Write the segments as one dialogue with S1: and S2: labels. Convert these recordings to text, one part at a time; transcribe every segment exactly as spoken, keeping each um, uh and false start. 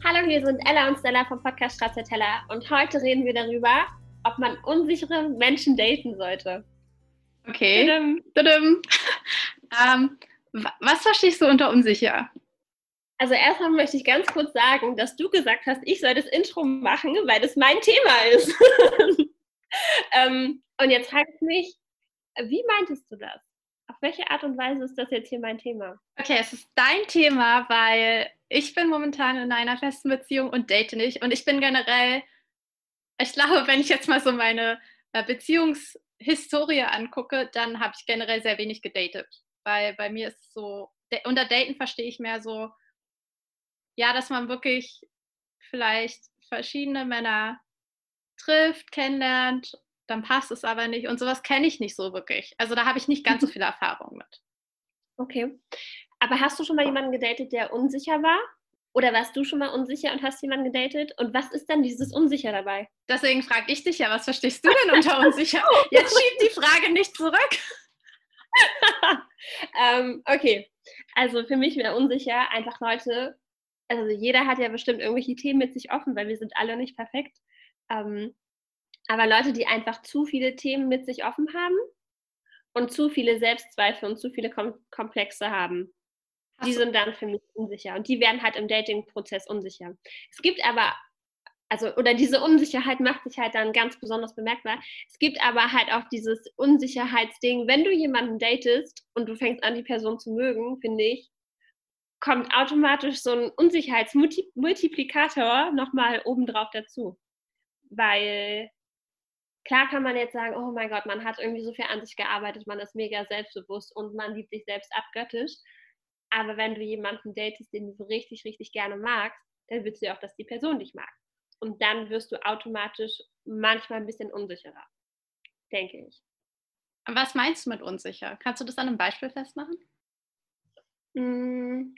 S1: Hallo, hier sind Ella und Stella vom Podcast Stracciatella und heute reden wir darüber, ob man unsichere Menschen daten sollte.
S2: Okay. Tudum, tudum. ähm, was verstehst du unter unsicher?
S1: Also erstmal möchte ich ganz kurz sagen, dass du gesagt hast, ich soll das Intro machen, weil das mein Thema ist. ähm, und jetzt frage ich mich, wie meintest du das? Auf welche Art und Weise ist das jetzt hier mein Thema?
S2: Okay, es ist dein Thema, weil ich bin momentan in einer festen Beziehung und date nicht. Und ich bin generell, ich glaube, wenn ich jetzt mal so meine Beziehungshistorie angucke, dann habe ich generell sehr wenig gedatet. Weil bei mir ist es so, unter Daten verstehe ich mehr so, ja, dass man wirklich vielleicht verschiedene Männer trifft, kennenlernt, dann passt es aber nicht. Und sowas kenne ich nicht so wirklich. Also da habe ich nicht ganz so viel Erfahrung mit.
S1: Okay. Aber hast du schon mal jemanden gedatet, der unsicher war? Oder warst du schon mal unsicher und hast jemanden gedatet? Und was ist dann dieses Unsicher dabei?
S2: Deswegen frage ich dich ja, was verstehst du denn unter unsicher? Jetzt schieb die Frage nicht zurück.
S1: ähm, okay, also für mich wäre unsicher einfach Leute, also jeder hat ja bestimmt irgendwelche Themen mit sich offen, weil wir sind alle nicht perfekt. Ähm, aber Leute, die einfach zu viele Themen mit sich offen haben und zu viele Selbstzweifel und zu viele Kom- Komplexe haben, die sind dann für mich unsicher. Und die werden halt im Dating-Prozess unsicher. Es gibt aber, also, oder diese Unsicherheit macht sich halt dann ganz besonders bemerkbar. Es gibt aber halt auch dieses Unsicherheitsding, wenn du jemanden datest und du fängst an, die Person zu mögen, finde ich, kommt automatisch so ein Unsicherheitsmultiplikator nochmal obendrauf dazu. Weil klar kann man jetzt sagen, oh mein Gott, man hat irgendwie so viel an sich gearbeitet, man ist mega selbstbewusst und man liebt sich selbst abgöttisch. Aber wenn du jemanden datest, den du so richtig, richtig gerne magst, dann willst du ja auch, dass die Person dich mag. Und dann wirst du automatisch manchmal ein bisschen unsicherer, denke ich.
S2: Was meinst du mit unsicher? Kannst du das an einem Beispiel festmachen?
S1: Mm.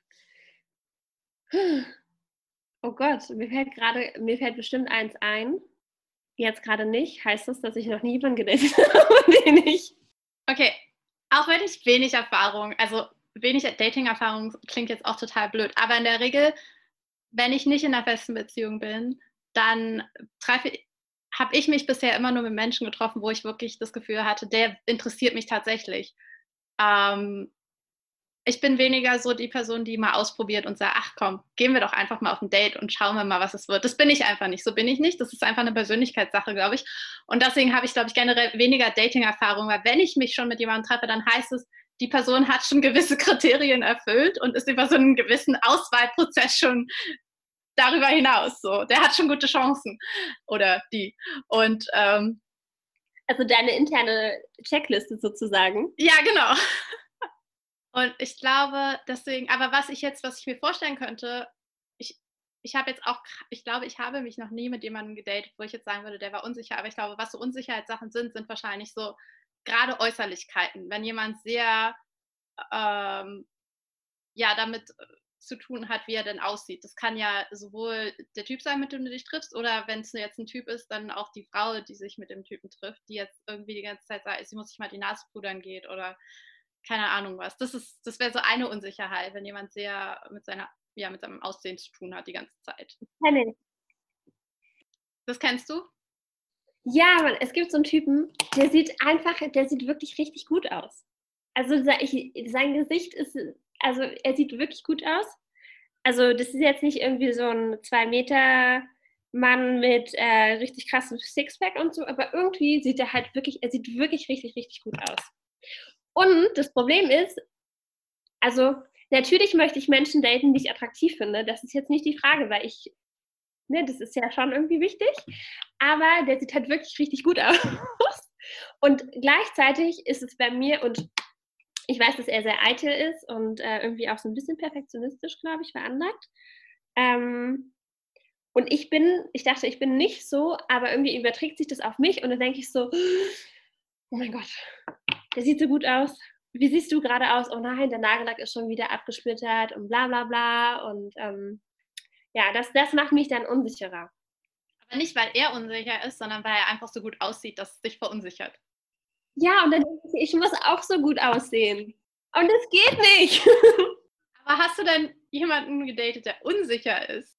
S1: Oh Gott, mir fällt gerade, mir fällt bestimmt eins ein. Jetzt gerade nicht. Heißt das, dass ich noch nie jemanden gedatet habe? Nee, nicht.
S2: Okay, auch wenn ich wenig Erfahrung, also wenig Dating-Erfahrung klingt jetzt auch total blöd, aber in der Regel, wenn ich nicht in einer festen Beziehung bin, dann treffe habe ich mich bisher immer nur mit Menschen getroffen, wo ich wirklich das Gefühl hatte, der interessiert mich tatsächlich. Ähm, ich bin weniger so die Person, die mal ausprobiert und sagt, ach komm, gehen wir doch einfach mal auf ein Date und schauen wir mal, was es wird. Das bin ich einfach nicht. So bin ich nicht. Das ist einfach eine Persönlichkeitssache, glaube ich. Und deswegen habe ich, glaube ich, generell weniger Dating-Erfahrung, weil wenn ich mich schon mit jemandem treffe, dann heißt es, die Person hat schon gewisse Kriterien erfüllt und ist über so einen gewissen Auswahlprozess schon darüber hinaus. So, der hat schon gute Chancen. Oder die. Und ähm,
S1: also deine interne Checkliste sozusagen.
S2: Ja, genau. Und ich glaube, deswegen, aber was ich jetzt, was ich mir vorstellen könnte, ich, ich habe jetzt auch, ich glaube, ich habe mich noch nie mit jemandem gedatet, wo ich jetzt sagen würde, der war unsicher, aber ich glaube, was so Unsicherheitssachen sind, sind wahrscheinlich so gerade Äußerlichkeiten. Wenn jemand sehr, ähm, ja, damit zu tun hat, wie er denn aussieht. Das kann ja sowohl der Typ sein, mit dem du dich triffst, oder wenn es jetzt ein Typ ist, dann auch die Frau, die sich mit dem Typen trifft, die jetzt irgendwie die ganze Zeit sagt, sie muss sich mal die Nase pudern geht oder keine Ahnung was. Das ist, das wäre so eine Unsicherheit, wenn jemand sehr mit seiner, ja, mit seinem Aussehen zu tun hat die ganze Zeit.
S1: Kenn ich.
S2: Das kennst du?
S1: Ja, man, es gibt so einen Typen, der sieht einfach, der sieht wirklich richtig gut aus. Also ich, sein Gesicht ist, also er sieht wirklich gut aus. Also das ist jetzt nicht irgendwie so ein zwei Meter Mann mit äh, richtig krassem Sixpack und so, aber irgendwie sieht er halt wirklich, er sieht wirklich richtig, richtig gut aus. Und das Problem ist, also natürlich möchte ich Menschen daten, die ich attraktiv finde. Das ist jetzt nicht die Frage, weil ich, ne, das ist ja schon irgendwie wichtig. Aber der sieht halt wirklich richtig gut aus. Und gleichzeitig ist es bei mir, und ich weiß, dass er sehr eitel ist und äh, irgendwie auch so ein bisschen perfektionistisch, glaube ich, veranlagt. Ähm, und ich bin, ich dachte, ich bin nicht so, aber irgendwie überträgt sich das auf mich und dann denke ich so, oh mein Gott, der sieht so gut aus. Wie siehst du gerade aus? Oh nein, der Nagellack ist schon wieder abgesplittert und bla bla bla. Und ähm, ja, das, das macht mich dann unsicherer.
S2: Aber nicht, weil er unsicher ist, sondern weil er einfach so gut aussieht, dass es dich verunsichert.
S1: Ja, und dann denke ich, ich muss auch so gut aussehen. Und es geht nicht.
S2: Aber hast du denn jemanden gedatet, der unsicher ist?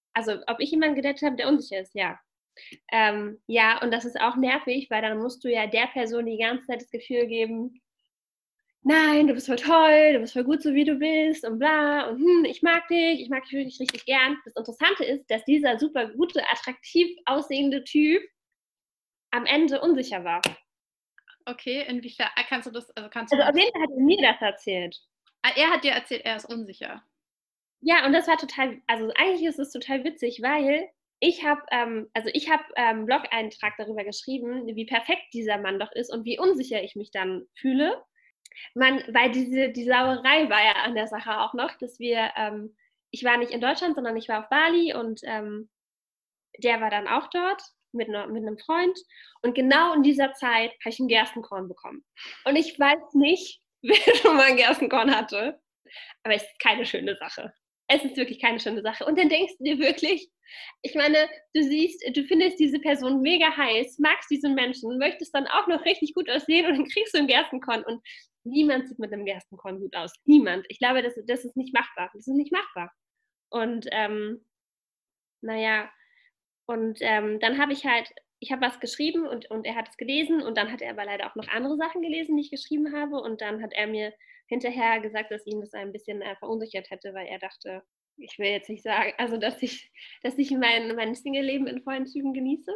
S1: Also, ob ich jemanden gedatet habe, der unsicher ist, ja. Ähm, ja, und das ist auch nervig, weil dann musst du ja der Person die ganze Zeit das Gefühl geben: „Nein, du bist voll toll, du bist voll gut, so wie du bist und bla und hm, ich mag dich, ich mag dich wirklich richtig gern.“ Das Interessante ist, dass dieser super gute, attraktiv aussehende Typ am Ende unsicher war.
S2: Okay, inwiefern ah, kannst du das also, kannst du
S1: Also,
S2: mal
S1: auf jeden Fall hat er mir das erzählt.
S2: ah, er hat dir erzählt, er ist unsicher.
S1: Ja, und das war total also, eigentlich ist es total witzig, weil ich habe ähm, also, ich habe, ähm, Blog-Eintrag darüber geschrieben, wie perfekt dieser Mann doch ist und wie unsicher ich mich dann fühle. Man weil diese die Sauerei war ja an der Sache auch noch, dass wir ähm, ich war nicht in Deutschland, sondern ich war auf Bali und, ähm, der war dann auch dort mit 'ner mit 'nem Freund und genau in dieser Zeit habe ich 'n Gerstenkorn bekommen. Und ich weiß nicht, wer schon mal 'n Gerstenkorn hatte, aber es ist keine schöne Sache. Es ist wirklich keine schöne Sache. Und dann denkst du dir wirklich ich meine, du siehst du findest diese Person mega heiß, magst diesen Menschen, möchtest dann auch noch richtig gut aussehen und dann kriegst du 'n Gerstenkorn und niemand sieht mit 'nem Gerstenkorn gut aus. Niemand. Ich glaube, das das ist nicht machbar. Das ist nicht machbar. Und, ähm, na ja, und, ähm, dann habe ich halt ich habe was geschrieben und und er hat es gelesen und dann hat er aber leider auch noch andere Sachen gelesen, die ich geschrieben habe und dann hat er mir hinterher gesagt, dass ihn das ein bisschen, äh, verunsichert hätte, weil er dachte, ich will jetzt nicht sagen also, dass ich dass ich mein mein Singleleben in vollen Zügen genieße.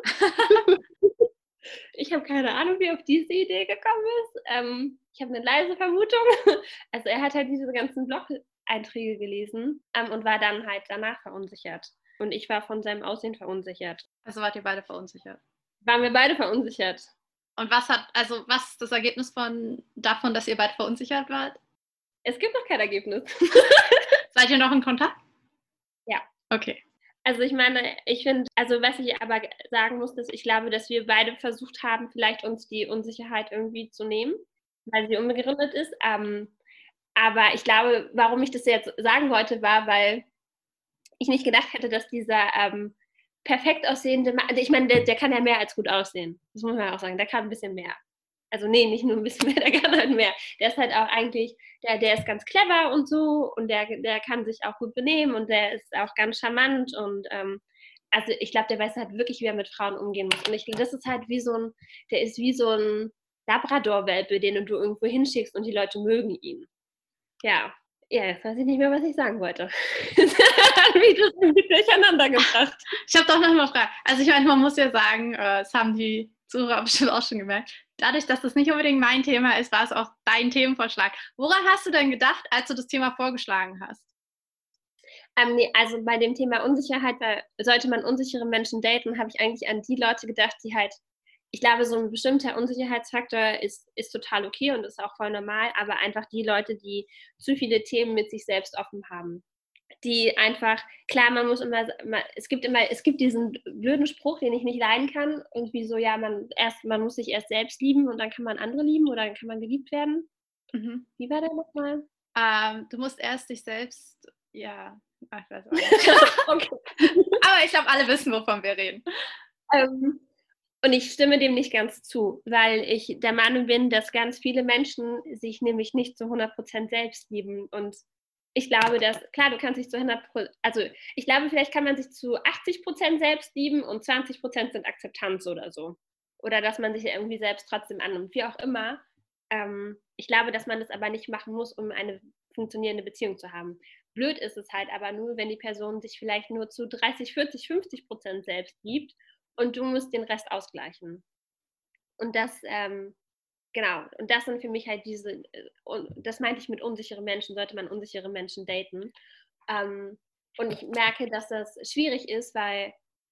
S1: Ich habe keine Ahnung, wie er auf diese Idee gekommen ist. Ähm, ich habe 'ne leise Vermutung. Also, er hat halt diese ganzen Blog-Einträge gelesen, ähm, und war dann halt danach verunsichert. Und ich war von seinem Aussehen verunsichert.
S2: Also, wart ihr beide verunsichert?
S1: Waren wir beide verunsichert.
S2: Und was hat also, was ist das Ergebnis von davon, dass ihr beide verunsichert wart?
S1: Es gibt noch kein Ergebnis.
S2: Seid ihr noch in Kontakt?
S1: Ja.
S2: Okay.
S1: Also, ich meine, ich finde also, was ich aber g sagen muss, dass ich glaube, dass wir beide versucht haben, vielleicht uns die Unsicherheit irgendwie zu nehmen, weil sie unbegründet ist. Ähm, aber ich glaube, warum ich das jetzt sagen wollte, war, weil ich nicht gedacht hätte, dass dieser, ähm, perfekt aussehende Ma also, ich meine, der der kann ja mehr als gut aussehen. Das muss man ja auch sagen. Der kann 'n bisschen mehr. Also, ne, nicht nur 'n bisschen mehr, der kann halt mehr. Der ist halt auch eigentlich der der ist ganz clever und so und der der kann sich auch gut benehmen und der ist auch ganz charmant und, ähm also, ich glaube, der weiß halt wirklich, wie er mit Frauen umgehen muss. Und ich das ist halt wie so 'n der ist wie so 'n Labrador-Welpe, den du irgendwo hinschickst und die Leute mögen ihn. Ja. Ja, jetzt weiß ich nicht mehr, was ich sagen wollte. Jetzt habe ich das irgendwie durcheinander gebracht.
S2: Ich habe doch noch mal 'ne Frage. Also, ich meine, man muss ja sagen, äh, das haben die Zuhörer bestimmt auch schon gemerkt. Dadurch, dass das nicht unbedingt mein Thema ist, war es auch dein Themenvorschlag. Woran hast du denn gedacht, als du das Thema vorgeschlagen hast?
S1: Ähm, ne, also bei dem Thema Unsicherheit, da sollte man unsichere Menschen daten, habe ich eigentlich an die Leute gedacht, die halt ich glaube, so 'n bestimmter Unsicherheitsfaktor ist ist total okay und ist auch voll normal, aber einfach die Leute, die zu viele Themen mit sich selbst offen haben. Die einfach klar, man muss immer s ma es gibt immer es gibt diesen blöden Spruch, den ich nicht leiden kann, irgendwie so: „Ja, man erst man muss sich erst selbst lieben und dann kann man andere lieben oder dann kann man geliebt werden.“
S2: Mhm.
S1: Wie war der noch mal?
S2: Ähm, du musst erst dich selbst ja, ach, ich weiß auch nicht.
S1: Okay.
S2: Aber ich glaube, alle wissen, wovon wir reden.
S1: Ähm, und ich stimme dem nicht ganz zu, weil ich der Meinung bin, dass ganz viele Menschen sich nämlich nicht zu hundert Prozent selbst lieben. Und ich glaube, dass klar, du kannst dich zu hundert Pro also, ich glaube, vielleicht kann man sich zu achtzig Prozent selbst lieben und zwanzig Prozent sind Akzeptanz oder so. Oder dass man sich irgendwie selbst trotzdem annimmt, wie auch immer. Ähm, ich glaube, dass man das aber nicht machen muss, um eine funktionierende Beziehung zu haben. Blöd ist es halt aber nur, wenn die Person sich vielleicht nur zu dreißig, vierzig, fünfzig Prozent selbst liebt und du musst den Rest ausgleichen. Und das, ähm genau, und das sind für mich halt diese äh, und das meinte ich mit unsichere Menschen, sollte man unsichere Menschen daten. Ähm, und ich merke, dass das schwierig ist, weil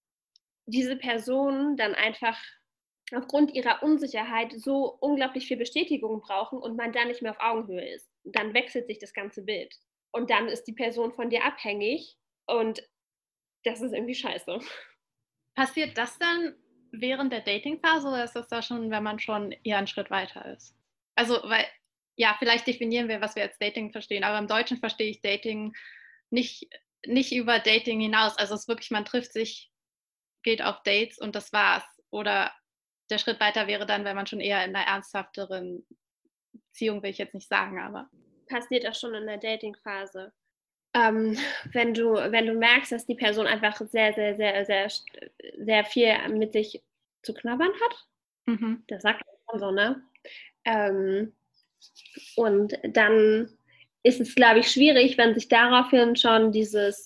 S1: diese Personen dann einfach aufgrund ihrer Unsicherheit so unglaublich viel Bestätigung brauchen und man dann nicht mehr auf Augenhöhe ist. Dann wechselt sich das ganze Bild. Und dann ist die Person von dir abhängig und das ist irgendwie scheiße.
S2: Passiert das dann während der Datingphase oder ist das da schon, wenn man schon eher 'n Schritt weiter ist? Also, weil ja, vielleicht definieren wir, was wir als Dating verstehen, aber im Deutschen verstehe ich Dating nicht nicht über Dating hinaus. Also, es ist wirklich, man trifft sich, geht auf Dates und das war's. Oder der Schritt weiter wäre dann, wenn man schon eher in 'ner ernsthafteren Beziehung will ich jetzt nicht sagen, aber
S1: Passiert auch schon in der Datingphase. Ähm, wenn du, wenn du merkst, dass die Person einfach sehr, sehr, sehr, sehr, sehr viel mit sich zu knabbern hat,
S2: Mhm.
S1: das sagt man so, ne? Ähm, und dann ist es, glaube ich, schwierig, wenn sich daraufhin schon dieses,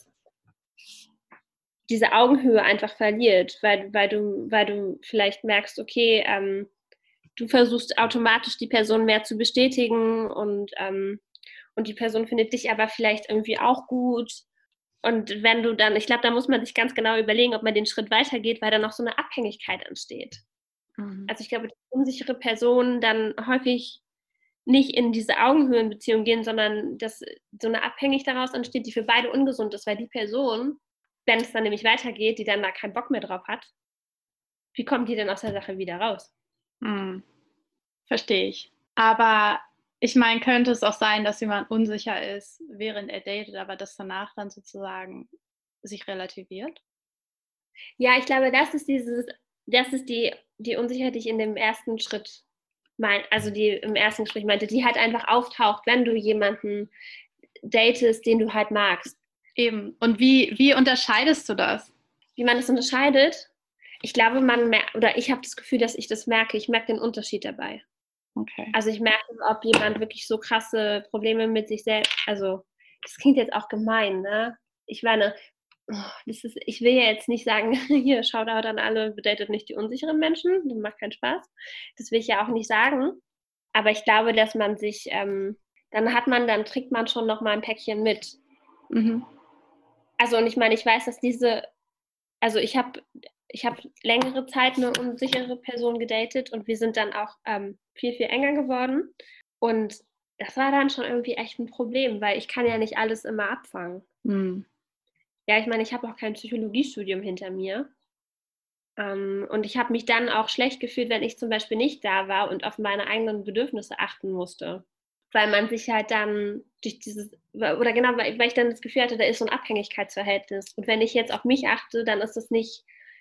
S1: diese Augenhöhe einfach verliert, weil, weil, du, weil du vielleicht merkst, okay, ähm, du versuchst automatisch die Person mehr zu bestätigen und, ähm, und die Person findet dich aber vielleicht irgendwie auch gut. Und wenn du dann, ich glaube, da muss man sich ganz genau überlegen, ob man den Schritt weitergeht, weil dann noch so eine Abhängigkeit entsteht.
S2: Mhm.
S1: Also ich glaube, dass unsichere Personen dann häufig nicht in diese Augenhöhenbeziehung gehen, sondern dass so eine Abhängigkeit daraus entsteht, die für beide ungesund ist, weil die Person, wenn es dann nämlich weitergeht, die dann da keinen Bock mehr drauf hat, wie kommt die denn aus der Sache wieder raus?
S2: Mhm. Verstehe ich. Aber ich meine, könnte es auch sein, dass jemand unsicher ist, während er datet, aber das danach dann sozusagen sich relativiert?
S1: Ja, ich glaube, das ist dieses, das ist die, die Unsicherheit, die ich in dem ersten Schritt mein, also die im ersten Gespräch meinte, die halt einfach auftaucht, wenn du jemanden datest, den du halt magst.
S2: Eben. Und wie, wie unterscheidest du das?
S1: Wie man das unterscheidet, ich glaube, man merkt, oder ich habe das Gefühl, dass ich das merke, ich merke den Unterschied dabei.
S2: Okay.
S1: Also ich merke, ob jemand wirklich so krasse Probleme mit sich selbst, also das klingt jetzt auch gemein, ne? Ich meine, oh, das ist, ich will ja jetzt nicht sagen, hier, Shoutout an alle, bedatet nicht die unsicheren Menschen, das macht keinen Spaß. Das will ich ja auch nicht sagen. Aber ich glaube, dass man sich, ähm, dann hat man, dann trägt man schon noch mal ein Päckchen mit.
S2: Mhm.
S1: Also und ich meine, ich weiß, dass diese, also ich habe ich habe längere Zeit eine unsichere Person gedatet und wir sind dann auch ähm, viel, viel enger geworden. Und das war dann schon irgendwie echt ein Problem, weil ich kann ja nicht alles immer abfangen.
S2: Mhm.
S1: Ja, ich meine, ich habe auch kein Psychologiestudium hinter mir. Ähm, und ich habe mich dann auch schlecht gefühlt, wenn ich zum Beispiel nicht da war und auf meine eigenen Bedürfnisse achten musste. Weil man sich halt dann durch dieses, oder genau, weil, weil ich dann das Gefühl hatte, da ist so ein Abhängigkeitsverhältnis. Und wenn ich jetzt auf mich achte, dann ist das nicht,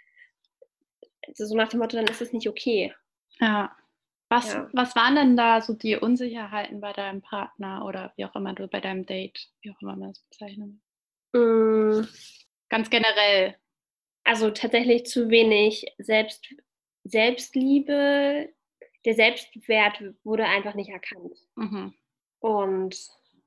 S1: so nach dem Motto, dann ist das nicht okay.
S2: Ja. Was,
S1: Ja.
S2: was waren denn da so die Unsicherheiten bei deinem Partner oder wie auch immer du bei deinem Date, wie auch immer man das bezeichnet?
S1: Mm,
S2: Ganz generell.
S1: Also tatsächlich zu wenig Selbst, Selbstliebe. Der Selbstwert wurde einfach nicht erkannt.
S2: Mhm.
S1: Und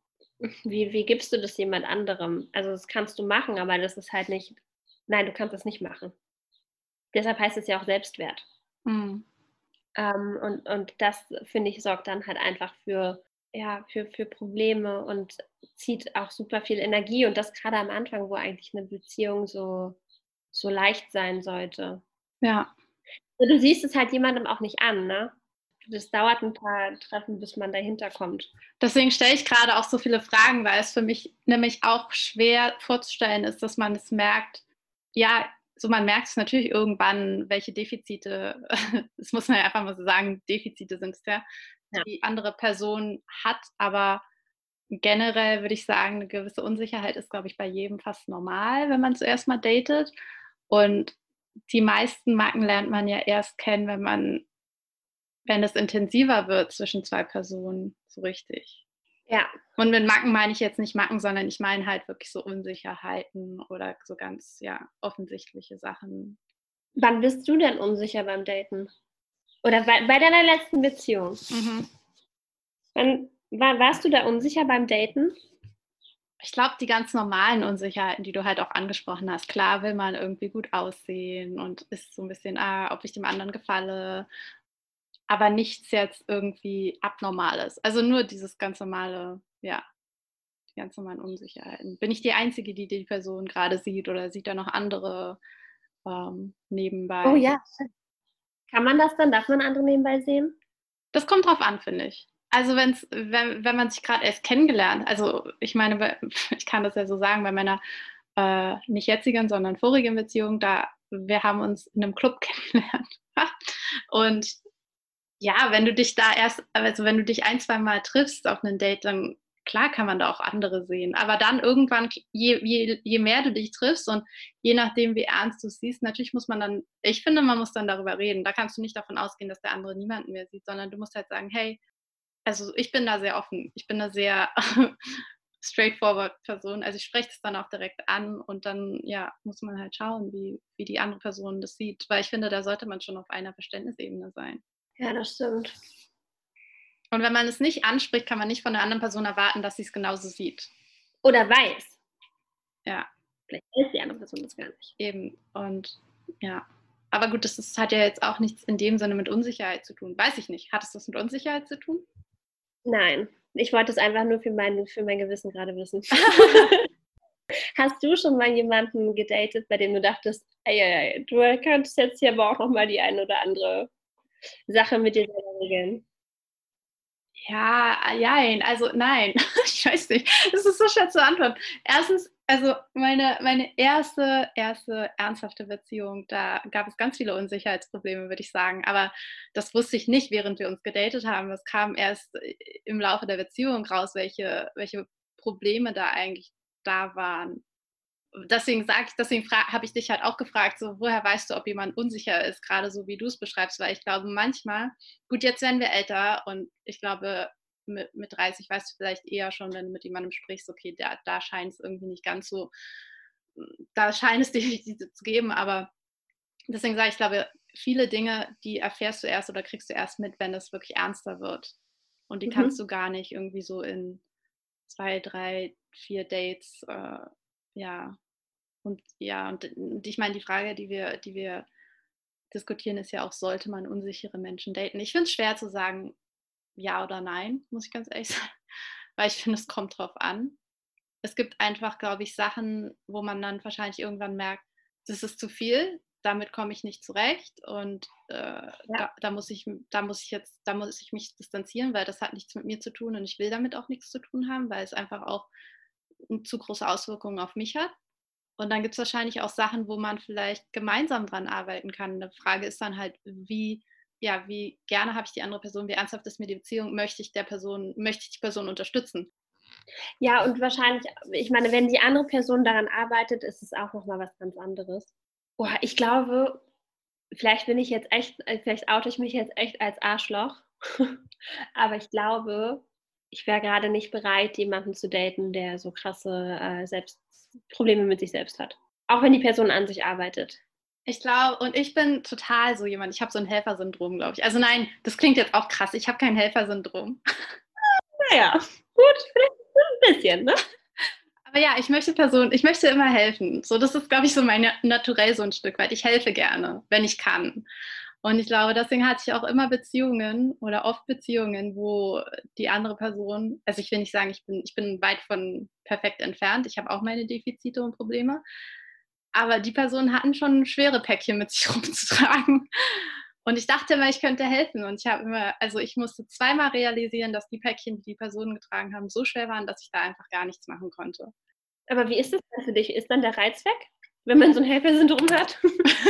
S1: wie, wie gibst du das jemand anderem? Also das kannst du machen, aber das ist halt nicht, nein, du kannst das nicht machen. Deshalb heißt es ja auch Selbstwert.
S2: Mhm.
S1: Ähm, und, und das, finde ich, sorgt dann halt einfach für, ja, für, für Probleme und zieht auch super viel Energie. Und das gerade am Anfang, wo eigentlich eine Beziehung so, so leicht sein sollte.
S2: Ja.
S1: Also du siehst es halt jemandem auch nicht an, ne? Das dauert ein paar Treffen, bis man dahinter kommt.
S2: Deswegen stelle ich gerade auch so viele Fragen, weil es für mich nämlich auch schwer vorzustellen ist, dass man es merkt. Ja, so man merkt es natürlich irgendwann, welche Defizite, das muss man ja einfach mal so sagen, Defizite sind es ja,
S1: Ja.
S2: die andere Person hat, aber generell würde ich sagen, eine gewisse Unsicherheit ist, glaube ich, bei jedem fast normal, wenn man zuerst mal datet. Und die meisten Macken lernt man ja erst kennen, wenn man, wenn es intensiver wird zwischen zwei Personen, so richtig.
S1: Ja.
S2: Und mit Macken meine ich jetzt nicht Macken, sondern ich meine halt wirklich so Unsicherheiten oder so ganz, ja, offensichtliche Sachen.
S1: Wann bist du denn unsicher beim Daten? Oder bei, bei deiner letzten Beziehung?
S2: Mhm.
S1: Wann, war, warst du da unsicher beim Daten?
S2: Ich glaube, die ganz normalen Unsicherheiten, die du halt auch angesprochen hast. Klar will man irgendwie gut aussehen und ist so ein bisschen, ah, ob ich dem anderen gefalle, aber nichts jetzt irgendwie Abnormales. Also nur dieses ganz normale, ja, die ganz normalen Unsicherheiten. Bin ich die Einzige, die die Person gerade sieht oder sieht da noch andere ähm,
S1: Oh
S2: nebenbei?
S1: ja. Kann man das dann? Darf man andere nebenbei sehen?
S2: Das kommt drauf an, finde ich. Also wenn's, wenn, wenn man sich gerade erst kennengelernt, also ich meine, ich kann das ja so sagen, bei meiner äh, nicht jetzigen, sondern vorigen Beziehung, da wir haben uns in einem Club kennengelernt. Und ja, wenn du dich da erst, also wenn du dich ein, zwei Mal triffst auf einem Date, dann klar kann man da auch andere sehen. Aber dann irgendwann, je, je, je mehr du dich triffst und je nachdem, wie ernst du es siehst, natürlich muss man dann, ich finde, man muss dann darüber reden. Da kannst du nicht davon ausgehen, dass der andere niemanden mehr sieht, sondern du musst halt sagen, hey, also ich bin da sehr offen. Ich bin da sehr straightforward Person. Also ich spreche das dann auch direkt an und dann ja, muss man halt schauen, wie, wie die andere Person das sieht. Weil ich finde, da sollte man schon auf einer Verständnisebene sein.
S1: Ja, das stimmt.
S2: Und wenn man es nicht anspricht, kann man nicht von der anderen Person erwarten, dass sie es genauso sieht.
S1: Oder weiß.
S2: Ja.
S1: Vielleicht weiß die andere Person das gar nicht.
S2: Eben. Und ja. Aber gut, das ist, hat ja jetzt auch nichts in dem Sinne mit Unsicherheit zu tun. Weiß ich nicht. Hat es das mit Unsicherheit zu tun?
S1: Nein. Ich wollte es einfach nur für mein, für mein Gewissen gerade wissen. Hast du schon mal jemanden gedatet, bei dem du dachtest, ey, ey, ey, du könntest jetzt hier aber auch noch mal die eine oder andere Sache mit dir selber regeln?
S2: Ja, jein, also nein, ich weiß nicht. Es ist so schwer zu antworten. Erstens, also meine, meine erste, erste ernsthafte Beziehung, da gab es ganz viele Unsicherheitsprobleme, würde ich sagen. Aber das wusste ich nicht, während wir uns gedatet haben. Es kam erst im Laufe der Beziehung raus, welche, welche Probleme da eigentlich da waren. Deswegen sage ich, deswegen habe ich dich halt auch gefragt, so woher weißt du, ob jemand unsicher ist, gerade so wie du es beschreibst, weil ich glaube manchmal, gut, jetzt werden wir älter und ich glaube mit, mit dreißig weißt du vielleicht eher schon, wenn du mit jemandem sprichst, okay, da, da scheint es irgendwie nicht ganz so, da scheint es Defizite zu geben, aber deswegen sage ich, ich glaube, viele Dinge, die erfährst du erst oder kriegst du erst mit, wenn es wirklich ernster wird und die mhm. kannst du gar nicht irgendwie so in zwei, drei, vier Dates äh, ja, und ja, und, und ich meine, die Frage, die wir, die wir diskutieren, ist ja auch, sollte man unsichere Menschen daten? Ich finde es schwer zu sagen, ja oder nein, muss ich ganz ehrlich sagen, weil ich finde, es kommt drauf an. Es gibt einfach, glaube ich, Sachen, wo man dann wahrscheinlich irgendwann merkt, das ist zu viel, damit komme ich nicht zurecht und äh, ja. da, da, muss ich, da muss ich jetzt, da muss ich mich distanzieren, weil das hat nichts mit mir zu tun und ich will damit auch nichts zu tun haben, weil es einfach auch zu große Auswirkungen auf mich hat. Und dann gibt es wahrscheinlich auch Sachen, wo man vielleicht gemeinsam dran arbeiten kann. Eine Frage ist dann halt, wie, ja, wie gerne habe ich die andere Person, wie ernsthaft ist mir die Beziehung, möchte ich der Person, möchte ich die Person unterstützen?
S1: Ja, und wahrscheinlich, ich meine, wenn die andere Person daran arbeitet, ist es auch nochmal was ganz anderes. Boah, ich glaube, vielleicht bin ich jetzt echt, vielleicht oute ich mich jetzt echt als Arschloch, aber ich glaube, ich wäre gerade nicht bereit, jemanden zu daten, der so krasse äh, selbst Probleme mit sich selbst hat. Auch wenn die Person an sich arbeitet.
S2: Ich glaube, und ich bin total so jemand, ich habe so ein Helfersyndrom, glaube ich. Also nein, das klingt jetzt auch krass, ich habe kein Helfersyndrom.
S1: Naja, gut, vielleicht ein bisschen, ne?
S2: Aber ja, ich möchte Personen, ich möchte immer helfen. So, das ist, glaube ich, so mein Naturell so ein Stück weit. Ich helfe gerne, wenn ich kann. Und ich glaube, deswegen hatte ich auch immer Beziehungen oder oft Beziehungen, wo die andere Person, also ich will nicht sagen, ich bin, ich bin weit von perfekt entfernt, ich habe auch meine Defizite und Probleme, aber die Personen hatten schon schwere Päckchen mit sich rumzutragen. Und ich dachte immer, ich könnte helfen. Und ich habe immer, also ich musste zweimal realisieren, dass die Päckchen, die die Personen getragen haben, so schwer waren, dass ich da einfach gar nichts machen konnte.
S1: Aber wie ist das denn für dich? Ist dann der Reiz weg, wenn man so ein Helfersyndrom hat?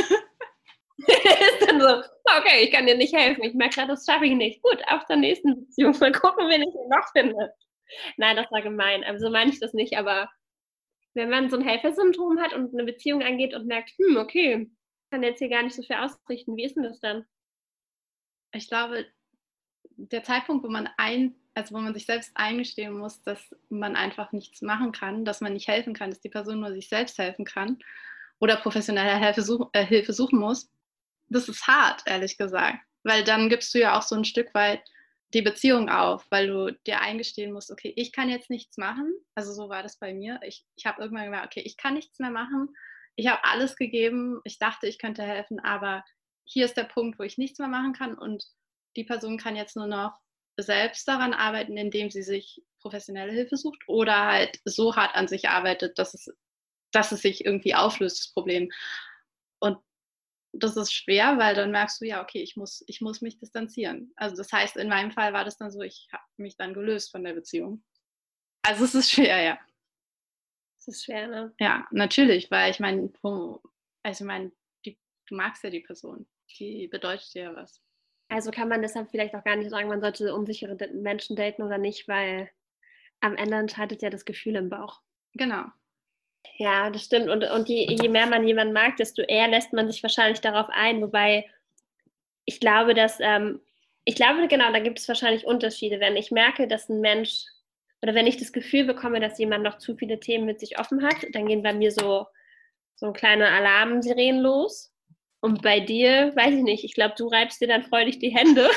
S1: Ist dann so, okay, ich kann dir nicht helfen. Ich merke gerade, das schaffe ich nicht. Gut, auf zur nächsten Beziehung. Mal gucken, wen ich hier noch finde. Nein, das war gemein. Also so meine ich das nicht. Aber wenn man so ein Helfersyndrom hat und eine Beziehung angeht und merkt, hm, okay, kann jetzt hier gar nicht so viel ausrichten. Wie ist denn das dann?
S2: Ich glaube, der Zeitpunkt, wo man ein, also wo man sich selbst eingestehen muss, dass man einfach nichts machen kann, dass man nicht helfen kann, dass die Person nur sich selbst helfen kann oder professionelle Hilfe, such, äh, Hilfe suchen muss, das ist hart, ehrlich gesagt. Weil dann gibst du ja auch so ein Stück weit die Beziehung auf, weil du dir eingestehen musst, okay, ich kann jetzt nichts machen. Also so war das bei mir. Ich, ich habe irgendwann gemerkt, okay, ich kann nichts mehr machen. Ich habe alles gegeben. Ich dachte, ich könnte helfen, aber hier ist der Punkt, wo ich nichts mehr machen kann und die Person kann jetzt nur noch selbst daran arbeiten, indem sie sich professionelle Hilfe sucht oder halt so hart an sich arbeitet, dass es, dass es sich irgendwie auflöst, das Problem. Und das ist schwer, weil dann merkst du, ja, okay, ich muss, ich muss mich distanzieren. Also das heißt, in meinem Fall war das dann so, ich habe mich dann gelöst von der Beziehung. Also es ist schwer, ja.
S1: Es ist schwer, ne?
S2: Ja, natürlich, weil ich meine, also ich meine, du magst ja die Person, die bedeutet dir ja was.
S1: Also kann man deshalb vielleicht auch gar nicht sagen, man sollte unsichere Menschen daten oder nicht, weil am Ende entscheidet ja das Gefühl im Bauch.
S2: Genau.
S1: Ja, das stimmt. Und, und je, je mehr man jemanden mag, desto eher lässt man sich wahrscheinlich darauf ein. Wobei ich glaube, dass, ähm, ich glaube, genau, da gibt es wahrscheinlich Unterschiede. Wenn ich merke, dass ein Mensch oder wenn ich das Gefühl bekomme, dass jemand noch zu viele Themen mit sich offen hat, dann gehen bei mir so, so kleine Alarmsirenen los. Und bei dir, weiß ich nicht, ich glaube, du reibst dir dann freudig die Hände.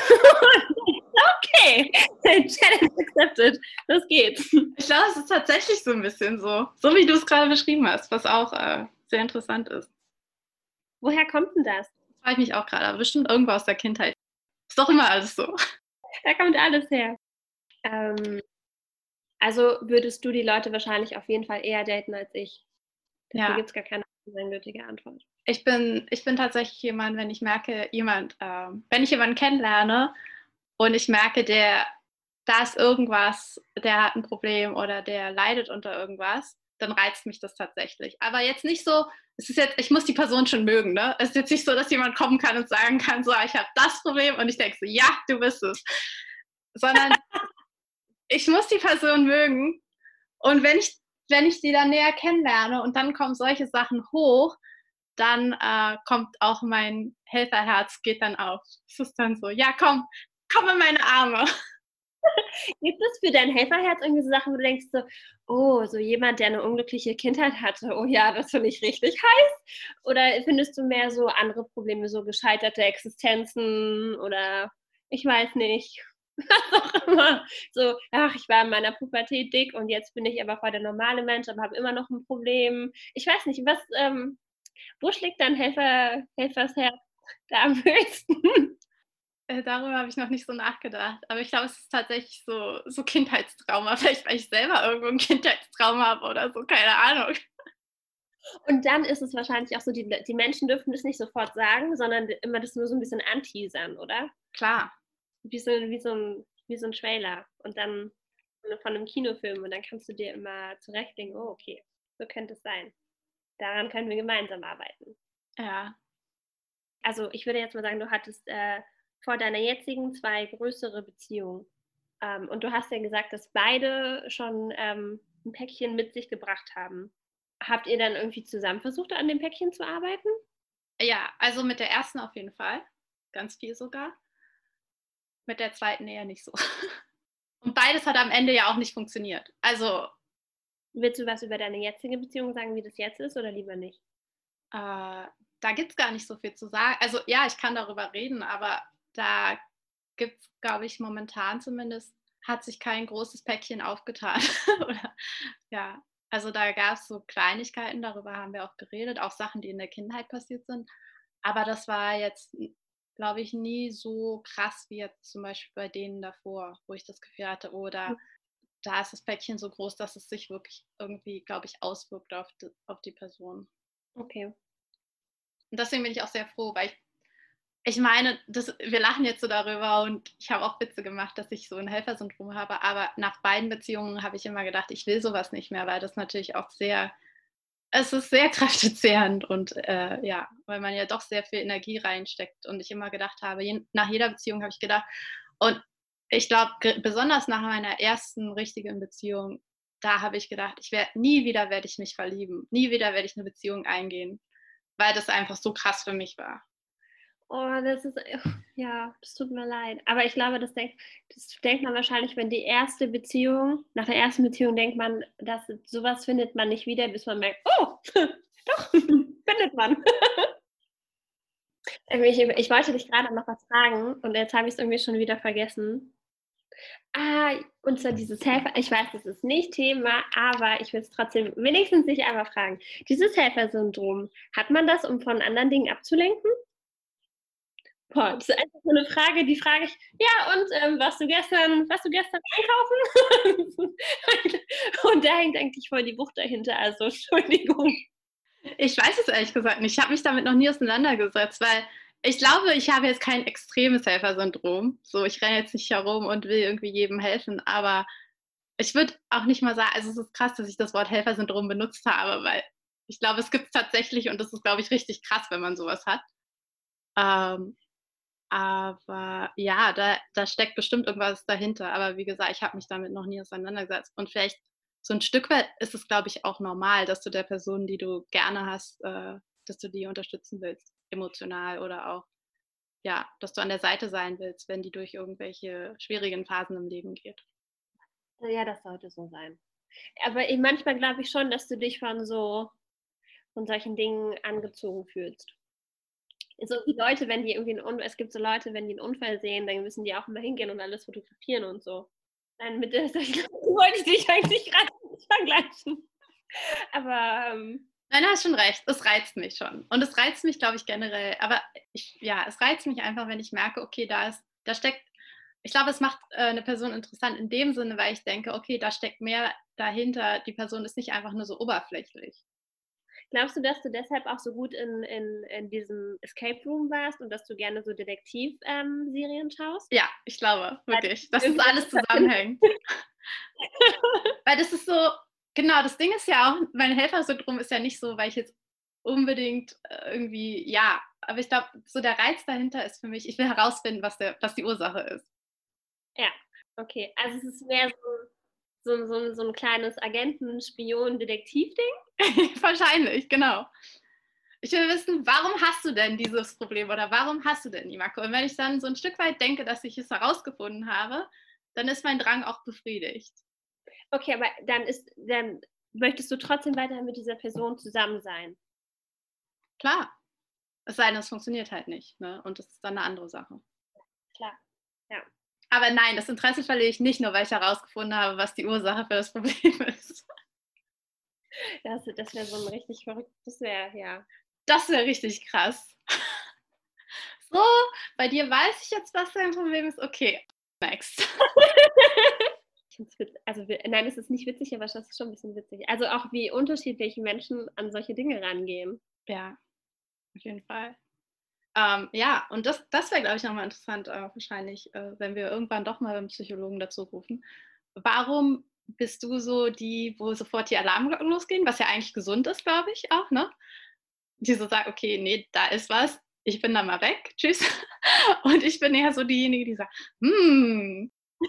S1: Okay, Challenge accepted. Los geht's.
S2: Ich glaube, es ist tatsächlich so ein bisschen so. So wie du es gerade beschrieben hast, was auch äh, sehr interessant ist.
S1: Woher kommt denn das?
S2: Das frage ich mich auch gerade, aber bestimmt irgendwo aus der Kindheit. Ist doch immer alles so.
S1: Da kommt alles her. Ähm, also würdest du die Leute wahrscheinlich auf jeden Fall eher daten als ich. Dafür
S2: Ja.
S1: gibt es gar keine eindeutige Antwort.
S2: Ich bin, ich bin tatsächlich jemand, wenn ich merke, jemand, äh, wenn ich jemanden kennenlerne und ich merke, der, da ist irgendwas, der hat ein Problem oder der leidet unter irgendwas, dann reizt mich das tatsächlich. Aber jetzt nicht so, es ist jetzt, ich muss die Person schon mögen, ne? Es ist jetzt nicht so, dass jemand kommen kann und sagen kann, so, ich habe das Problem und ich denke so, ja, du bist es. Sondern ich muss die Person mögen und wenn ich, wenn ich die dann näher kennenlerne und dann kommen solche Sachen hoch, dann äh, kommt auch mein Helferherz, geht dann auf. Es ist dann so, ja komm, komm in meine Arme.
S1: Gibt es für dein Helferherz irgendwie so Sachen, wo du denkst so, oh, so jemand, der eine unglückliche Kindheit hatte, oh ja, das finde ich richtig heiß? Oder findest du mehr so andere Probleme, so gescheiterte Existenzen oder ich weiß nicht, was auch immer. So, ach, ich war in meiner Pubertät dick und jetzt bin ich aber voll der normale Mensch, aber habe immer noch ein Problem. Ich weiß nicht, was, ähm, wo schlägt dein Helfer, Helfersherz da am höchsten?
S2: Äh, darüber habe ich noch nicht so nachgedacht. Aber ich glaube, es ist tatsächlich so, so Kindheitstrauma. Vielleicht, weil ich selber irgendwo ein Kindheitstrauma habe oder so, keine Ahnung.
S1: Und dann ist es wahrscheinlich auch so, die, die Menschen dürfen das nicht sofort sagen, sondern immer das nur so ein bisschen anteasern, oder?
S2: Klar.
S1: Wie so, wie so, ein, wie so ein Trailer. Und dann von einem Kinofilm. Und dann kannst du dir immer zurechtlegen, oh, okay, so könnte es sein. Daran können wir gemeinsam arbeiten.
S2: Ja.
S1: Also ich würde jetzt mal sagen, du hattest äh, vor deiner jetzigen zwei größere Beziehungen. Ähm, und du hast ja gesagt, dass beide schon ähm, ein Päckchen mit sich gebracht haben. Habt ihr dann irgendwie zusammen versucht, an dem Päckchen zu arbeiten?
S2: Ja, also mit der ersten auf jeden Fall. Ganz viel sogar. Mit der zweiten eher nicht so. Und beides hat am Ende ja auch nicht funktioniert. Also
S1: Willst du was über deine jetzige Beziehung sagen, wie das jetzt ist, oder lieber nicht?
S2: äh, da gibt es gar nicht so viel zu sagen. Also ja, ich kann darüber reden, aber da gibt es, glaube ich, momentan zumindest, hat sich kein großes Päckchen aufgetan. Oder, ja, also da gab es so Kleinigkeiten, darüber haben wir auch geredet, auch Sachen, die in der Kindheit passiert sind. Aber das war jetzt, glaube ich, nie so krass wie jetzt zum Beispiel bei denen davor, wo ich das Gefühl hatte, oder da ist das Päckchen so groß, dass es sich wirklich irgendwie, glaube ich, auswirkt auf die, auf die Person.
S1: Okay.
S2: Und deswegen bin ich auch sehr froh, weil ich, ich meine, das, wir lachen jetzt so darüber und ich habe auch Witze gemacht, dass ich so ein Helfersyndrom habe, aber nach beiden Beziehungen habe ich immer gedacht, ich will sowas nicht mehr, weil das natürlich auch sehr, es ist sehr kräftezehrend und äh, ja, weil man ja doch sehr viel Energie reinsteckt und ich immer gedacht habe, je, nach jeder Beziehung habe ich gedacht und ich glaube, besonders nach meiner ersten richtigen Beziehung, da habe ich gedacht, ich werde nie wieder werde ich mich verlieben, nie wieder werde ich eine Beziehung eingehen, weil das einfach so krass für mich war.
S1: Oh, das ist, ja, das tut mir leid. Aber ich glaube, das denkt, das denkt man wahrscheinlich, wenn die erste Beziehung, nach der ersten Beziehung denkt man, dass sowas findet man nicht wieder, bis man merkt, oh, doch, findet man. Ich, ich wollte dich gerade noch was fragen und jetzt habe ich es irgendwie schon wieder vergessen. Ah, und zwar dieses Helfer, ich weiß, das ist nicht Thema, aber ich will es trotzdem wenigstens nicht einmal fragen. Dieses Helfersyndrom, hat man das, um von anderen Dingen abzulenken? Boah, das ist einfach so eine Frage, die frage ich, ja, und ähm, warst du gestern, warst du gestern einkaufen? Und da hängt eigentlich voll die Wucht dahinter, also Entschuldigung.
S2: Ich weiß es ehrlich gesagt nicht. Ich habe mich damit noch nie auseinandergesetzt, weil ich glaube, ich habe jetzt kein extremes Helfersyndrom. So, ich renne jetzt nicht herum und will irgendwie jedem helfen, aber ich würde auch nicht mal sagen, also es ist krass, dass ich das Wort Helfersyndrom benutzt habe, weil ich glaube, es gibt es tatsächlich und das ist, glaube ich, richtig krass, wenn man sowas hat. Ähm, aber ja, da, da steckt bestimmt irgendwas dahinter. Aber wie gesagt, ich habe mich damit noch nie auseinandergesetzt. Und vielleicht so ein Stück weit ist es, glaube ich, auch normal, dass du der Person, die du gerne hast, äh, dass du die unterstützen willst, emotional oder auch, ja, dass du an der Seite sein willst, wenn die durch irgendwelche schwierigen Phasen im Leben geht.
S1: Ja, das sollte so sein. Aber ich, manchmal glaube ich schon, dass du dich von so von solchen Dingen angezogen fühlst. So die Leute, wenn die irgendwie einen Unfall, es gibt so Leute, wenn die einen Unfall sehen, dann müssen die auch immer hingehen und alles fotografieren und so. Dann mit der wollte ich dich eigentlich gerade nicht vergleichen. Aber ähm,
S2: Nein, du hast schon recht. Es reizt mich schon. Und es reizt mich, glaube ich, generell. Aber ich, ja, es reizt mich einfach, wenn ich merke, okay, da ist, da steckt, ich glaube, es macht äh, eine Person interessant in dem Sinne, weil ich denke, okay, da steckt mehr dahinter. Die Person ist nicht einfach nur so oberflächlich.
S1: glaubst du, dass du deshalb auch so gut in, in, in diesem Escape Room warst und dass du gerne so Detektiv-Serien ähm, schaust?
S2: Ja, ich glaube, wirklich, dass das
S1: Irgendwie
S2: alles zusammenhängt. Weil das ist so, genau, das Ding ist ja auch, mein Helfersyndrom ist ja nicht so, weil ich jetzt unbedingt äh, irgendwie, ja, aber ich glaube, so der Reiz dahinter ist für mich, ich will herausfinden, was, der, was die Ursache ist.
S1: Ja, okay. Also es ist mehr so, so, so, so ein kleines Agenten-Spion-Detektiv-Ding?
S2: Wahrscheinlich, genau. Ich will wissen, warum hast du denn dieses Problem oder warum hast du denn die Makro? Und wenn ich dann so ein Stück weit denke, dass ich es herausgefunden habe, dann ist mein Drang auch befriedigt.
S1: Okay, aber dann ist, dann möchtest du trotzdem weiterhin mit dieser Person zusammen sein.
S2: Klar. Es sei denn, es funktioniert halt nicht. Ne? Und das ist dann eine andere Sache.
S1: Klar, ja.
S2: Aber nein, das Interesse verliere ich nicht nur, weil ich herausgefunden habe, was die Ursache für das Problem ist.
S1: Das, das wäre so ein richtig verrücktes, das wäre, ja.
S2: Das wäre richtig krass. So, bei dir weiß ich jetzt, was dein Problem ist. Okay, next.
S1: Ich find's witz- also nein, es ist nicht witzig, aber es ist schon ein bisschen witzig. Also auch wie unterschiedlich Menschen an solche Dinge rangehen.
S2: Ja, auf jeden Fall. Ähm, ja, und das, das wäre, glaube ich, nochmal interessant, äh, wahrscheinlich, äh, wenn wir irgendwann doch mal einen Psychologen dazu rufen. Warum bist du so die, wo sofort die Alarmglocken losgehen, was ja eigentlich gesund ist, glaube ich, auch, ne? Die so sagt, okay, nee, da ist was, ich bin da mal weg, tschüss. Und ich bin eher so diejenige, die sagt, hm,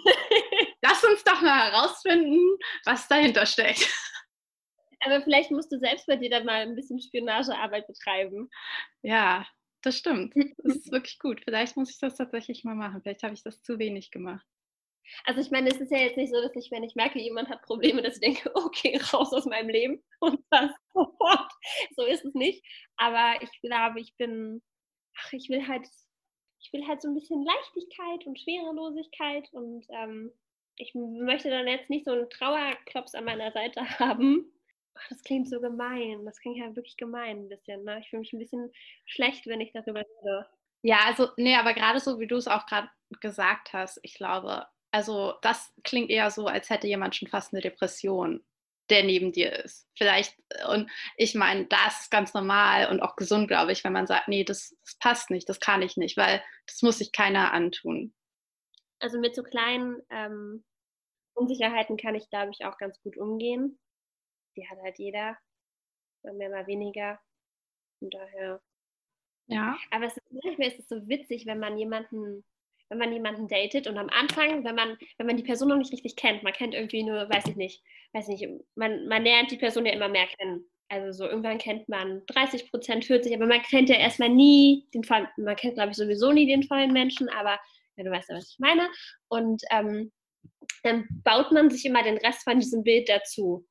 S2: lass uns doch mal herausfinden, was dahinter steckt.
S1: Aber vielleicht musst du selbst bei dir dann mal ein bisschen Spionagearbeit betreiben.
S2: Ja, das stimmt. Das ist wirklich gut. Vielleicht muss ich das tatsächlich mal machen. Vielleicht habe ich das zu wenig gemacht.
S1: Also ich meine, es ist ja jetzt nicht so, dass ich, wenn ich merke, jemand hat Probleme, dass ich denke, okay, raus aus meinem Leben und das sofort. So ist es nicht. Aber ich glaube, ich bin, ach, ich will halt, ich will halt so ein bisschen Leichtigkeit und Schwerelosigkeit und ähm, ich möchte dann jetzt nicht so einen Trauerklops an meiner Seite haben. Ach, das klingt so gemein. Das klingt ja wirklich gemein ein bisschen. Ne? Ich fühle mich ein bisschen schlecht, wenn ich darüber rede.
S2: Ja, also, nee, aber gerade so, wie du es auch gerade gesagt hast, ich glaube, also das klingt eher so, als hätte jemand schon fast eine Depression, der neben dir ist. Vielleicht, und ich meine, das ist ganz normal und auch gesund, glaube ich, wenn man sagt, nee, das, das passt nicht, das kann ich nicht, weil das muss sich keiner antun.
S1: Also mit so kleinen ähm, Unsicherheiten kann ich, glaube ich, auch ganz gut umgehen. Die hat halt jeder, mal mehr, mal weniger. Von daher.
S2: Ja.
S1: Aber es ist, manchmal ist es so witzig, wenn man jemanden, wenn man jemanden datet und am Anfang, wenn man, wenn man die Person noch nicht richtig kennt, man kennt irgendwie nur, weiß ich nicht, weiß nicht, man, man lernt die Person ja immer mehr kennen. Also so irgendwann kennt man dreißig Prozent, vierzig, aber man kennt ja erstmal nie den vollen, man kennt glaube ich sowieso nie den vollen Menschen, aber ja, du weißt ja, was ich meine. Und ähm, dann baut man sich immer den Rest von diesem Bild dazu.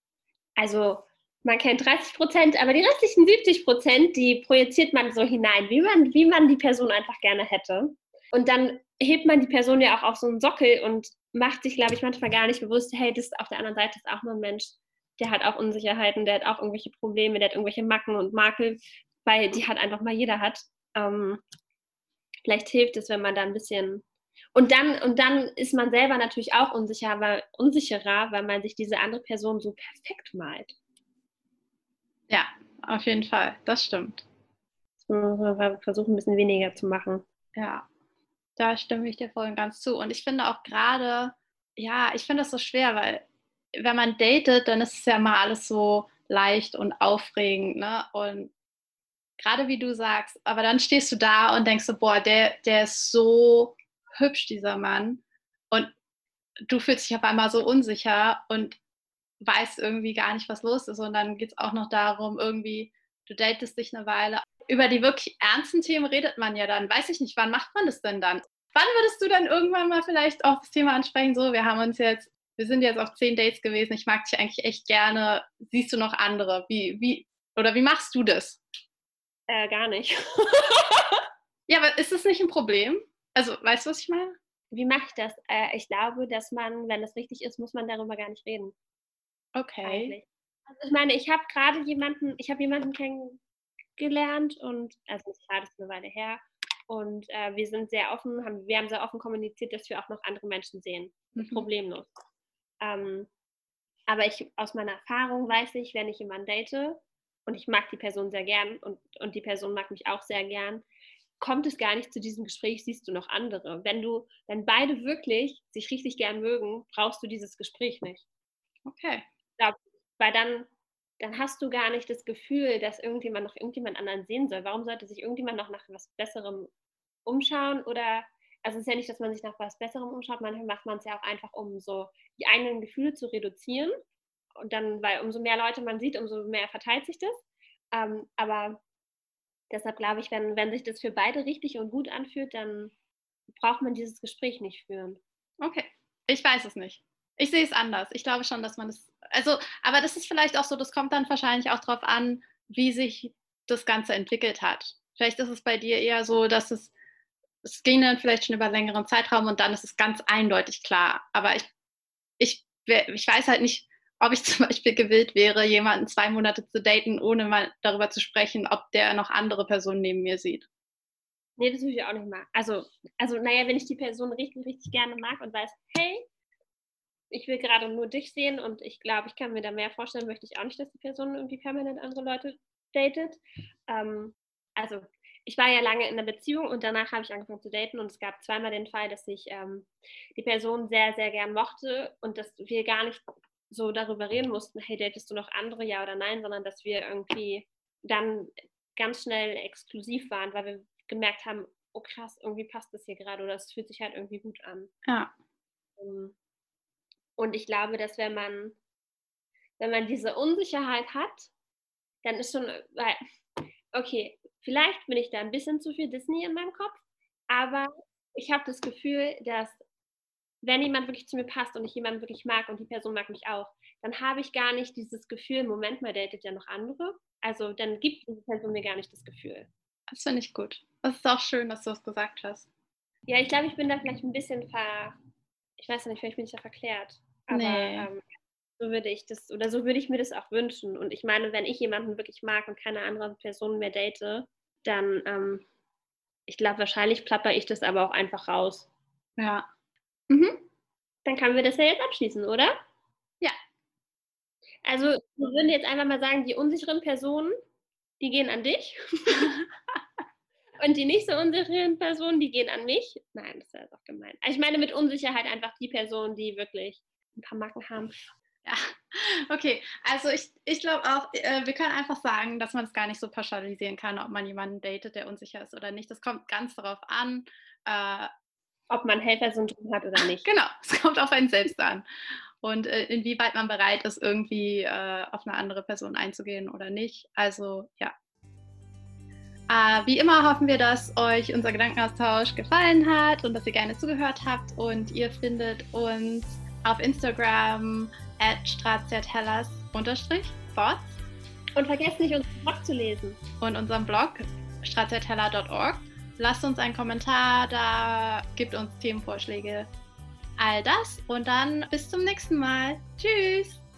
S1: Also man kennt dreißig Prozent, aber die restlichen siebzig Prozent, die projiziert man so hinein, wie man, wie man die Person einfach gerne hätte. Und dann hebt man die Person ja auch auf so einen Sockel und macht sich, glaube ich, manchmal gar nicht bewusst, hey, das auf der anderen Seite ist auch nur ein Mensch, der hat auch Unsicherheiten, der hat auch irgendwelche Probleme, der hat irgendwelche Macken und Makel, weil die hat einfach mal jeder hat. Ähm, vielleicht hilft es, wenn man da ein bisschen und dann, und dann ist man selber natürlich auch unsicher, weil, unsicherer, weil man sich diese andere Person so perfekt malt.
S2: Ja, auf jeden Fall, das stimmt.
S1: Versuchen ein bisschen weniger zu machen.
S2: Ja, da stimme ich dir voll und ganz zu. Und ich finde auch gerade, ja, ich finde das so schwer, weil wenn man datet, dann ist es ja mal alles so leicht und aufregend, ne? Und gerade wie du sagst, aber dann stehst du da und denkst so, boah, der, der ist so hübsch, dieser Mann. Und du fühlst dich auf einmal so unsicher und weißt irgendwie gar nicht, was los ist. Und dann geht es auch noch darum, irgendwie, du datest dich eine Weile. Über die wirklich ernsten Themen redet man ja dann. Weiß ich nicht, wann macht man das denn dann? Wann würdest du dann irgendwann mal vielleicht auch das Thema ansprechen, so, wir haben uns jetzt wir sind jetzt auf zehn Dates gewesen, ich mag dich eigentlich echt gerne, siehst du noch andere? Wie, wie, oder wie machst du das?
S1: Äh, gar nicht.
S2: Ja, aber ist das nicht ein Problem? Also, weißt du, was ich meine?
S1: Wie mache ich das? Äh, ich glaube, dass man, wenn das richtig ist, muss man darüber gar nicht reden,
S2: Okay.
S1: eigentlich. Also ich meine, ich habe gerade jemanden, ich habe jemanden kennengelernt und, also nicht gerade, das ist eine Weile her, und äh, wir sind sehr offen, haben, wir haben sehr offen kommuniziert, dass wir auch noch andere Menschen sehen.
S2: Mhm.
S1: Problemlos. Ähm, aber ich, aus meiner Erfahrung weiß ich, wenn ich jemanden date und ich mag die Person sehr gern und, und die Person mag mich auch sehr gern, kommt es gar nicht zu diesem Gespräch, siehst du noch andere. Wenn du, wenn beide wirklich sich richtig gern mögen, brauchst du dieses Gespräch nicht.
S2: Okay.
S1: Ich glaub, weil dann, dann hast du gar nicht das Gefühl, dass irgendjemand noch irgendjemand anderen sehen soll. Warum sollte sich irgendjemand noch nach was Besserem umschauen? Oder, also es ist ja nicht, dass man sich nach was Besserem umschaut, manchmal macht man es ja auch einfach, um so die eigenen Gefühle zu reduzieren. Und dann, weil umso mehr Leute man sieht, umso mehr verteilt sich das. Ähm, aber deshalb glaube ich, wenn, wenn sich das für beide richtig und gut anfühlt, dann braucht man dieses Gespräch nicht führen.
S2: Okay, ich weiß es nicht. Ich sehe es anders. Ich glaube schon, dass man das, also, aber das ist vielleicht auch so, das kommt dann wahrscheinlich auch darauf an, wie sich das Ganze entwickelt hat. Vielleicht ist es bei dir eher so, dass es, es ging dann vielleicht schon über einen längeren Zeitraum und dann ist es ganz eindeutig klar. Aber ich, ich, ich weiß halt nicht, ob ich zum Beispiel gewillt wäre, jemanden zwei Monate zu daten, ohne mal darüber zu sprechen, ob der noch andere Personen neben mir sieht.
S1: Nee, das würde ich auch nicht machen. Also, also, naja, wenn ich die Person richtig, richtig gerne mag und weiß, hey, ich will gerade nur dich sehen und ich glaube, ich kann mir da mehr vorstellen, möchte ich auch nicht, dass die Person irgendwie permanent andere Leute datet. Ähm, also, ich war ja lange in einer Beziehung und danach habe ich angefangen zu daten und es gab zweimal den Fall, dass ich ähm, die Person sehr, sehr gern mochte und dass wir gar nicht so darüber reden mussten, hey, datest du noch andere, ja oder nein, sondern dass wir irgendwie dann ganz schnell exklusiv waren, weil wir gemerkt haben, oh krass, irgendwie passt das hier gerade oder es fühlt sich halt irgendwie gut an.
S2: Ja.
S1: Ähm, Und ich glaube, dass wenn man, wenn man diese Unsicherheit hat, dann ist schon, weil, okay, vielleicht bin ich da ein bisschen zu viel Disney in meinem Kopf, aber ich habe das Gefühl, dass wenn jemand wirklich zu mir passt und ich jemanden wirklich mag und die Person mag mich auch, dann habe ich gar nicht dieses Gefühl, Moment mal, datet ja noch andere. Also dann gibt diese Person mir gar nicht das Gefühl.
S2: Das finde ich gut. Das ist auch schön, dass du das gesagt hast.
S1: Ja, ich glaube, ich bin da vielleicht ein bisschen ver, ich weiß nicht, vielleicht bin ich da verklärt. Aber
S2: Nee.
S1: ähm, so würde ich das, oder so würde ich mir das auch wünschen. Und ich meine, wenn ich jemanden wirklich mag und keine andere Person mehr date, dann, ähm, ich glaube, wahrscheinlich plapper ich das aber auch einfach raus.
S2: Ja.
S1: Mhm. Dann können wir das ja jetzt abschließen, oder?
S2: Ja.
S1: Also, wir würden jetzt einfach mal sagen, die unsicheren Personen, die gehen an dich. Und die nicht so unsicheren Personen, die gehen an mich. Nein, das ist ja auch gemein. Also ich meine mit Unsicherheit einfach die Personen, die wirklich ein paar Macken haben.
S2: Ja, okay. Also ich, ich glaube auch, äh, wir können einfach sagen, dass man es gar nicht so pauschalisieren kann, ob man jemanden datet, der unsicher ist oder nicht. Das kommt ganz darauf an. Äh,
S1: Ob man Helfersyndrom hat oder nicht.
S2: genau, es kommt auf einen selbst an. Und äh, inwieweit man bereit ist, irgendwie äh, auf eine andere Person einzugehen oder nicht. Also ja. Äh, wie immer hoffen wir, dass euch unser Gedankenaustausch gefallen hat und dass ihr gerne zugehört habt. Und ihr findet uns auf Instagram at stracciatellas unterstrich thoughts.
S1: Und vergesst nicht, unseren Blog zu lesen.
S2: Und unseren Blog stracciatella punkt org. Lasst uns einen Kommentar da, gebt uns Themenvorschläge. All das und dann bis zum nächsten Mal. Tschüss!